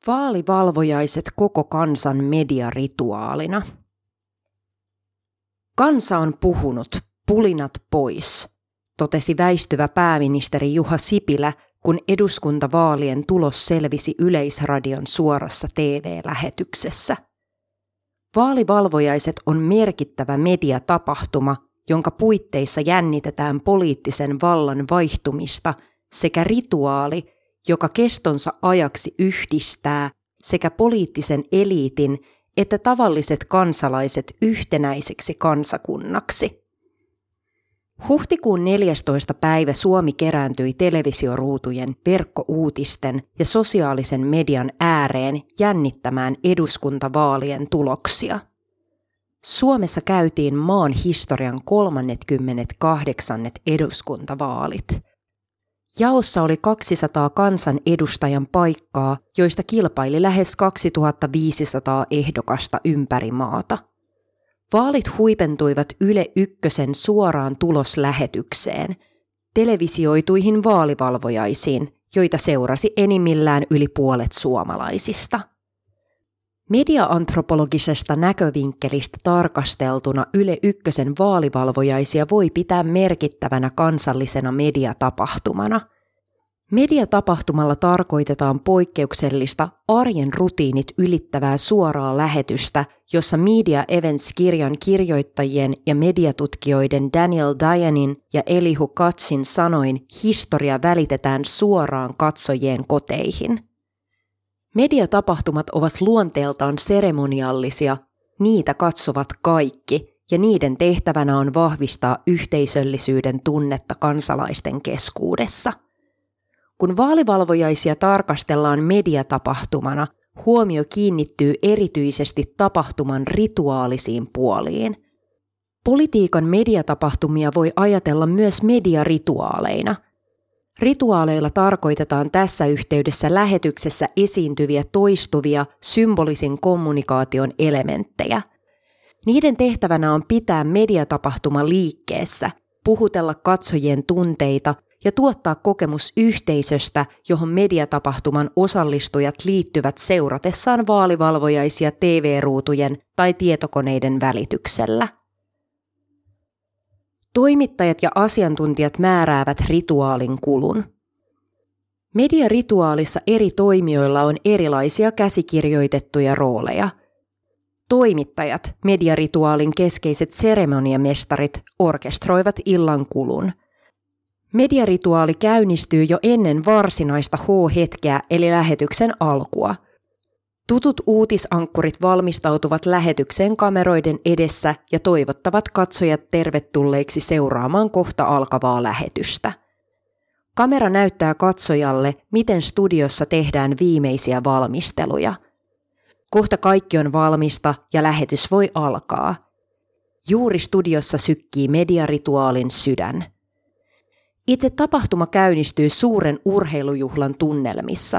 Vaalivalvojaiset koko kansan mediarituaalina. Kansa on puhunut, pulinat pois, totesi väistyvä pääministeri Juha Sipilä, kun eduskuntavaalien tulos selvisi Yleisradion suorassa TV-lähetyksessä. Vaalivalvojaiset on merkittävä mediatapahtuma, jonka puitteissa jännitetään poliittisen vallan vaihtumista sekä rituaali, joka kestonsa ajaksi yhdistää sekä poliittisen eliitin että tavalliset kansalaiset yhtenäiseksi kansakunnaksi. Huhtikuun 14. päivä Suomi kerääntyi televisioruutujen, verkkouutisten ja sosiaalisen median ääreen jännittämään eduskuntavaalien tuloksia. Suomessa käytiin maan historian 38. eduskuntavaalit. Jaossa oli 200 kansanedustajan paikkaa, joista kilpaili lähes 2500 ehdokasta ympäri maata. Vaalit huipentuivat Yle Ykkösen suoraan tuloslähetykseen, televisioituihin vaalivalvojaisiin, joita seurasi enimmillään yli puolet suomalaisista. Media-antropologisesta näkövinkkelistä tarkasteltuna Yle Ykkösen vaalivalvojaisia voi pitää merkittävänä kansallisena mediatapahtumana. Mediatapahtumalla tarkoitetaan poikkeuksellista arjen rutiinit ylittävää suoraa lähetystä, jossa Media Events-kirjan kirjoittajien ja mediatutkijoiden Daniel Dayanin ja Elihu Katzin sanoin historia välitetään suoraan katsojien koteihin. Mediatapahtumat ovat luonteeltaan seremoniallisia, niitä katsovat kaikki, ja niiden tehtävänä on vahvistaa yhteisöllisyyden tunnetta kansalaisten keskuudessa. Kun vaalivalvojaisia tarkastellaan mediatapahtumana, huomio kiinnittyy erityisesti tapahtuman rituaalisiin puoliin. Politiikan mediatapahtumia voi ajatella myös mediarituaaleina. Rituaaleilla tarkoitetaan tässä yhteydessä lähetyksessä esiintyviä toistuvia symbolisin kommunikaation elementtejä. Niiden tehtävänä on pitää mediatapahtuma liikkeessä, puhutella katsojien tunteita ja tuottaa kokemus yhteisöstä, johon mediatapahtuman osallistujat liittyvät seuratessaan vaalivalvojaisia TV-ruutujen tai tietokoneiden välityksellä. Toimittajat ja asiantuntijat määräävät rituaalin kulun. Mediarituaalissa eri toimijoilla on erilaisia käsikirjoitettuja rooleja. Toimittajat, mediarituaalin keskeiset seremoniamestarit, orkestroivat illan kulun. Mediarituaali käynnistyy jo ennen varsinaista H-hetkeä eli lähetyksen alkua. Tutut uutisankkurit valmistautuvat lähetykseen kameroiden edessä ja toivottavat katsojat tervetulleiksi seuraamaan kohta alkavaa lähetystä. Kamera näyttää katsojalle, miten studiossa tehdään viimeisiä valmisteluja. Kohta kaikki on valmista ja lähetys voi alkaa. Juuri studiossa sykkii mediarituaalin sydän. Itse tapahtuma käynnistyy suuren urheilujuhlan tunnelmissa.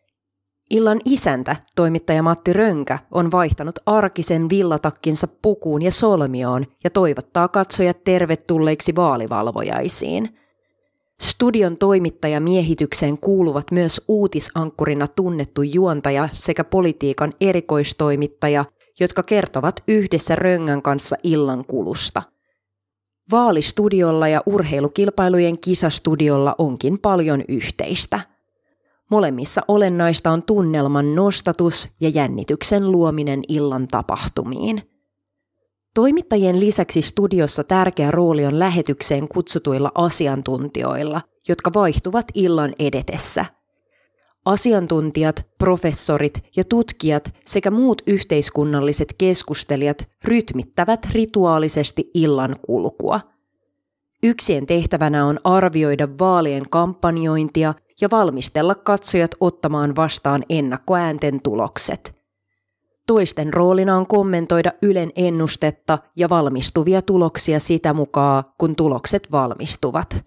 Illan isäntä, toimittaja Matti Rönkä, on vaihtanut arkisen villatakkinsa pukuun ja solmioon ja toivottaa katsojat tervetulleiksi vaalivalvojaisiin. Studion toimittajamiehitykseen kuuluvat myös uutisankkurina tunnettu juontaja sekä politiikan erikoistoimittaja, jotka kertovat yhdessä Röngän kanssa illan kulusta. Vaalistudiolla ja urheilukilpailujen kisastudiolla onkin paljon yhteistä. Molemmissa olennaista on tunnelman nostatus ja jännityksen luominen illan tapahtumiin. Toimittajien lisäksi studiossa tärkeä rooli on lähetykseen kutsutuilla asiantuntijoilla, jotka vaihtuvat illan edetessä. Asiantuntijat, professorit ja tutkijat sekä muut yhteiskunnalliset keskustelijat rytmittävät rituaalisesti illan kulkua. Yksien tehtävänä on arvioida vaalien kampanjointia ja valmistella katsojat ottamaan vastaan ennakkoäänten tulokset. Toisten roolina on kommentoida Ylen ennustetta ja valmistuvia tuloksia sitä mukaan, kun tulokset valmistuvat.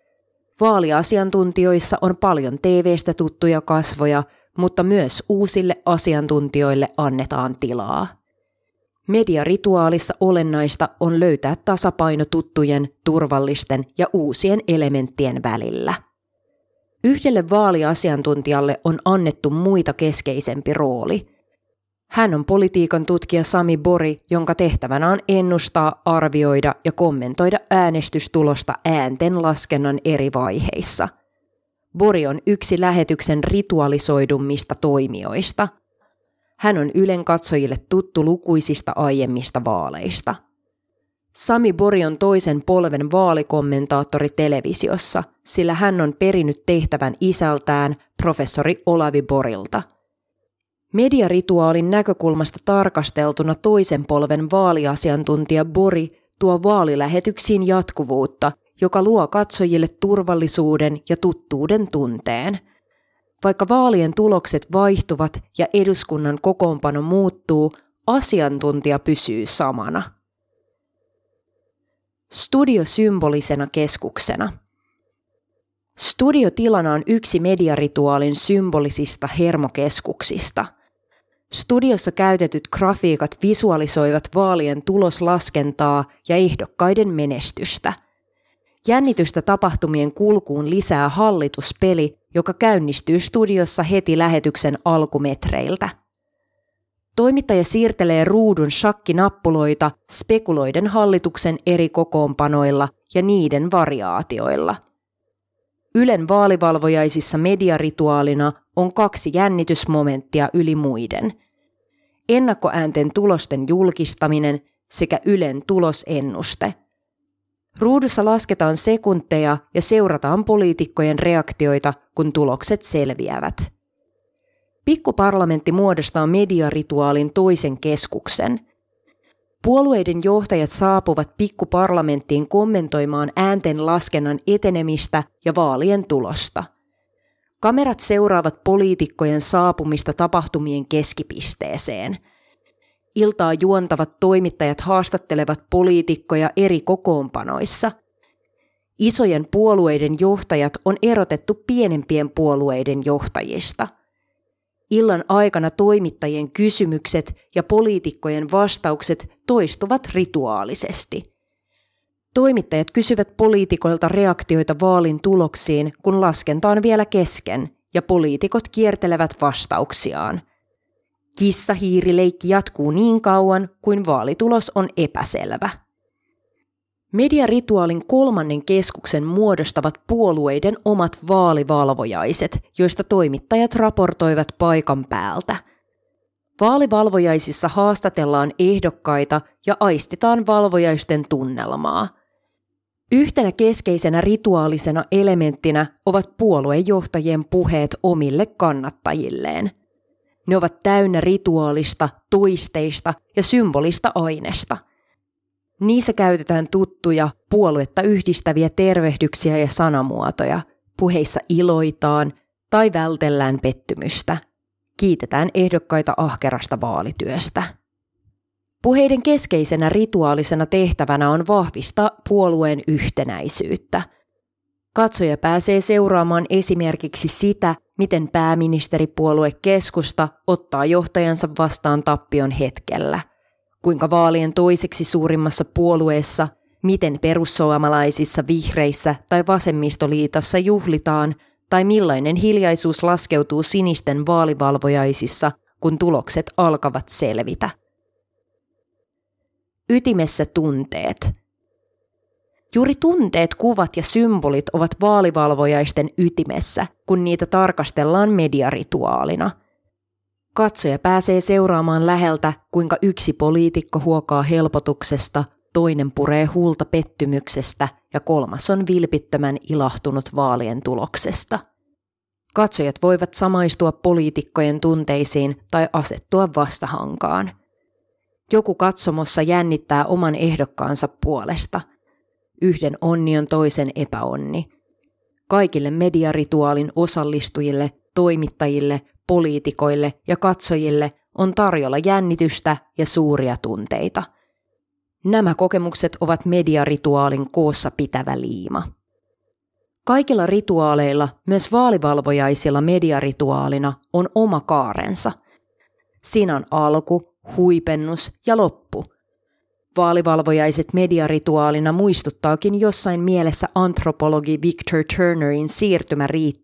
Vaaliasiantuntijoissa on paljon TV:stä tuttuja kasvoja, mutta myös uusille asiantuntijoille annetaan tilaa. Mediarituaalissa olennaista on löytää tasapaino tuttujen, turvallisten ja uusien elementtien välillä. Yhdelle vaaliasiantuntijalle on annettu muita keskeisempi rooli. Hän on politiikan tutkija Sami Borg, jonka tehtävänä on ennustaa, arvioida ja kommentoida äänestystulosta äänten laskennan eri vaiheissa. Borg on yksi lähetyksen ritualisoidummista toimijoista. Hän on Ylen katsojille tuttu lukuisista aiemmista vaaleista. Sami Borg on toisen polven vaalikommentaattori televisiossa, sillä hän on perinyt tehtävän isältään, professori Olavi Borgilta. Mediarituaalin näkökulmasta tarkasteltuna toisen polven vaaliasiantuntija Borg tuo vaalilähetyksiin jatkuvuutta, joka luo katsojille turvallisuuden ja tuttuuden tunteen. Vaikka vaalien tulokset vaihtuvat ja eduskunnan kokoonpano muuttuu, asiantuntija pysyy samana. Studio symbolisena keskuksena. Studiotilana on yksi mediarituaalin symbolisista hermokeskuksista. Studiossa käytetyt grafiikat visualisoivat vaalien tuloslaskentaa ja ehdokkaiden menestystä. Jännitystä tapahtumien kulkuun lisää hallituspeli, joka käynnistyy studiossa heti lähetyksen alkumetreiltä. Toimittaja siirtelee ruudun shakkinappuloita spekuloiden hallituksen eri kokoonpanoilla ja niiden variaatioilla. Ylen vaalivalvojaisissa mediarituaalina on 2 jännitysmomenttia yli muiden. Ennakkoäänten tulosten julkistaminen sekä Ylen tulosennuste. Ruudussa lasketaan sekunteja ja seurataan poliitikkojen reaktioita, kun tulokset selviävät. Pikkuparlamentti muodostaa mediarituaalin toisen keskuksen. Puolueiden johtajat saapuvat pikkuparlamenttiin kommentoimaan äänten laskennan etenemistä ja vaalien tulosta. Kamerat seuraavat poliitikkojen saapumista tapahtumien keskipisteeseen. Iltaa juontavat toimittajat haastattelevat poliitikkoja eri kokoonpanoissa. Isojen puolueiden johtajat on erotettu pienempien puolueiden johtajista. Illan aikana toimittajien kysymykset ja poliitikkojen vastaukset toistuvat rituaalisesti. Toimittajat kysyvät poliitikoilta reaktioita vaalin tuloksiin, kun laskenta on vielä kesken, ja poliitikot kiertelevät vastauksiaan. Kissa-hiiri-leikki jatkuu niin kauan, kuin vaalitulos on epäselvä. Mediarituaalin kolmannen keskuksen muodostavat puolueiden omat vaalivalvojaiset, joista toimittajat raportoivat paikan päältä. Vaalivalvojaisissa haastatellaan ehdokkaita ja aistitaan valvojaisten tunnelmaa. Yhtenä keskeisenä rituaalisena elementtinä ovat puoluejohtajien puheet omille kannattajilleen. Ne ovat täynnä rituaalista, toisteista ja symbolista ainesta. Niissä käytetään tuttuja, puoluetta yhdistäviä tervehdyksiä ja sanamuotoja. Puheissa iloitaan tai vältellään pettymystä. Kiitetään ehdokkaita ahkerasta vaalityöstä. Puheiden keskeisenä rituaalisena tehtävänä on vahvistaa puolueen yhtenäisyyttä. Katsoja pääsee seuraamaan esimerkiksi sitä, miten pääministeripuolue Keskusta ottaa johtajansa vastaan tappion hetkellä, kuinka vaalien toiseksi suurimmassa puolueessa, miten perussuomalaisissa, vihreissä tai vasemmistoliitossa juhlitaan, tai millainen hiljaisuus laskeutuu sinisten vaalivalvojaisissa, kun tulokset alkavat selvitä. Ytimessä tunteet. Juuri tunteet, kuvat ja symbolit ovat vaalivalvojaisten ytimessä, kun niitä tarkastellaan mediarituaalina. Katsoja pääsee seuraamaan läheltä, kuinka yksi poliitikko huokaa helpotuksesta, toinen puree huulta pettymyksestä ja kolmas on vilpittömän ilahtunut vaalien tuloksesta. Katsojat voivat samaistua poliitikkojen tunteisiin tai asettua vastahankaan. Joku katsomossa jännittää oman ehdokkaansa puolesta. Yhden onni on toisen epäonni. Kaikille mediarituaalin osallistujille, toimittajille, poliitikoille ja katsojille on tarjolla jännitystä ja suuria tunteita. Nämä kokemukset ovat mediarituaalin koossa pitävä liima. Kaikilla rituaaleilla, myös vaalivalvojaisilla mediarituaalina, on oma kaarensa. Siinä on alku, huipennus ja loppu. Vaalivalvojaiset mediarituaalina muistuttaakin jossain mielessä antropologi Victor Turnerin siirtymäriittiä,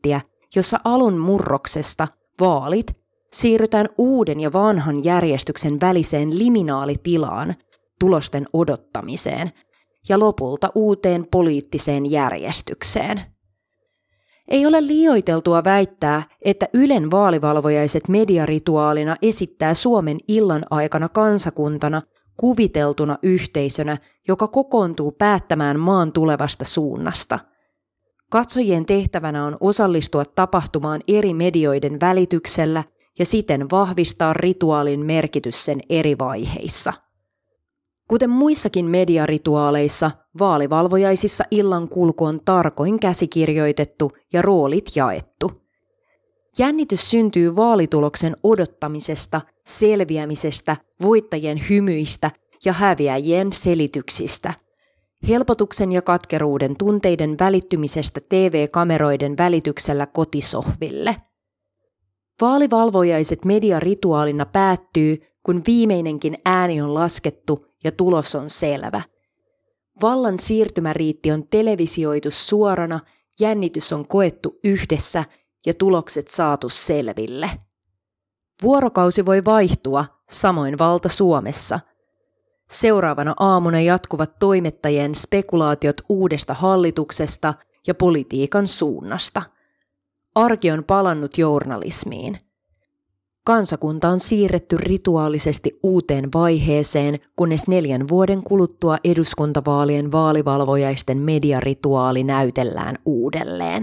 jossa alun murroksesta, vaalit, siirrytään uuden ja vanhan järjestyksen väliseen liminaalitilaan, tulosten odottamiseen, ja lopulta uuteen poliittiseen järjestykseen. Ei ole liioiteltua väittää, että Ylen vaalivalvojaiset mediarituaalina esittää Suomen illan aikana kansakuntana kuviteltuna yhteisönä, joka kokoontuu päättämään maan tulevasta suunnasta. Katsojien tehtävänä on osallistua tapahtumaan eri medioiden välityksellä ja siten vahvistaa rituaalin merkitys sen eri vaiheissa. Kuten muissakin mediarituaaleissa, vaalivalvojaisissa illan kulku on tarkoin käsikirjoitettu ja roolit jaettu. Jännitys syntyy vaalituloksen odottamisesta, selviämisestä, voittajien hymyistä ja häviäjien selityksistä. Helpotuksen ja katkeruuden tunteiden välittymisestä TV-kameroiden välityksellä kotisohville. Vaalivalvojaiset mediarituaalina päättyy, kun viimeinenkin ääni on laskettu ja tulos on selvä. Vallan siirtymäriitti on televisioitu suorana, jännitys on koettu yhdessä ja tulokset saatu selville. Vuorokausi voi vaihtua, samoin valta Suomessa. Seuraavana aamuna jatkuvat toimittajien spekulaatiot uudesta hallituksesta ja politiikan suunnasta. Arki on palannut journalismiin. Kansakunta on siirretty rituaalisesti uuteen vaiheeseen, kunnes 4 vuoden kuluttua eduskuntavaalien vaalivalvojaisten mediarituaali näytellään uudelleen.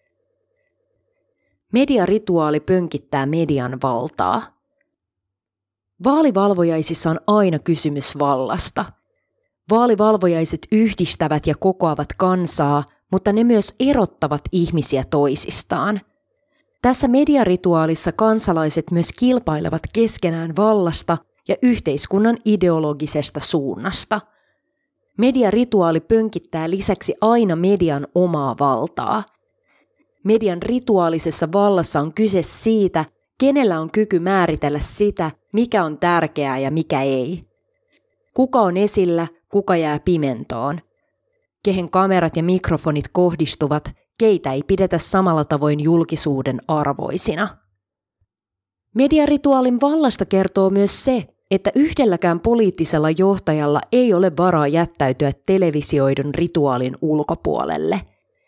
Mediarituaali pönkittää median valtaa. Vaalivalvojaisissa on aina kysymys vallasta. Vaalivalvojaiset yhdistävät ja kokoavat kansaa, mutta ne myös erottavat ihmisiä toisistaan. Tässä mediarituaalissa kansalaiset myös kilpailevat keskenään vallasta ja yhteiskunnan ideologisesta suunnasta. Mediarituaali pönkittää lisäksi aina median omaa valtaa. Median rituaalisessa vallassa on kyse siitä, kenellä on kyky määritellä sitä, mikä on tärkeää ja mikä ei. Kuka on esillä, kuka jää pimentoon. Kehen kamerat ja mikrofonit kohdistuvat, keitä ei pidetä samalla tavoin julkisuuden arvoisina. Mediarituaalin vallasta kertoo myös se, että yhdelläkään poliittisella johtajalla ei ole varaa jättäytyä televisioidun rituaalin ulkopuolelle.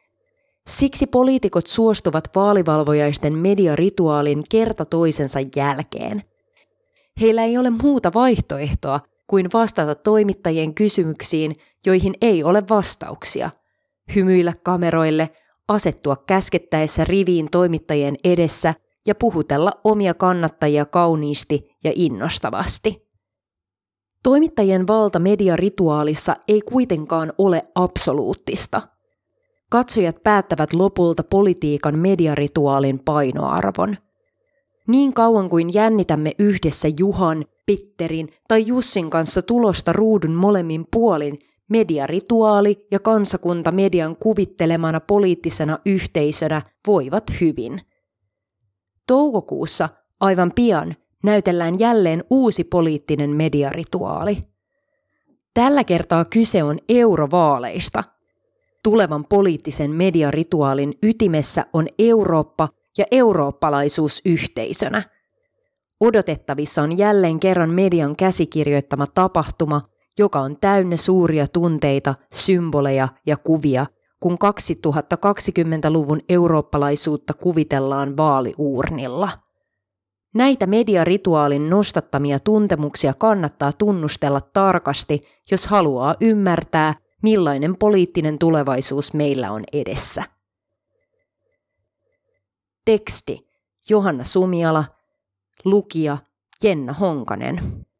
Siksi poliitikot suostuvat vaalivalvojaisten mediarituaalin kerta toisensa jälkeen. Heillä ei ole muuta vaihtoehtoa kuin vastata toimittajien kysymyksiin, joihin ei ole vastauksia, hymyillä kameroille, asettua käskettäessä riviin toimittajien edessä ja puhutella omia kannattajia kauniisti ja innostavasti. Toimittajien valta mediarituaalissa ei kuitenkaan ole absoluuttista. Katsojat päättävät lopulta politiikan mediarituaalin painoarvon. Niin kauan kuin jännitämme yhdessä Juhan, Pitterin tai Jussin kanssa tulosta ruudun molemmin puolin, mediarituaali ja kansakunta median kuvittelemana poliittisena yhteisönä voivat hyvin. Toukokuussa, aivan pian, näytellään jälleen uusi poliittinen mediarituaali. Tällä kertaa kyse on eurovaaleista. Tulevan poliittisen mediarituaalin ytimessä on Eurooppa ja eurooppalaisuus yhteisönä. Odotettavissa on jälleen kerran median käsikirjoittama tapahtuma, joka on täynnä suuria tunteita, symboleja ja kuvia, kun 2020-luvun eurooppalaisuutta kuvitellaan vaaliuurnilla. Näitä mediarituaalin nostattamia tuntemuksia kannattaa tunnustella tarkasti, jos haluaa ymmärtää, millainen poliittinen tulevaisuus meillä on edessä. Teksti Johanna Sumiala, lukija Jenna Honkanen.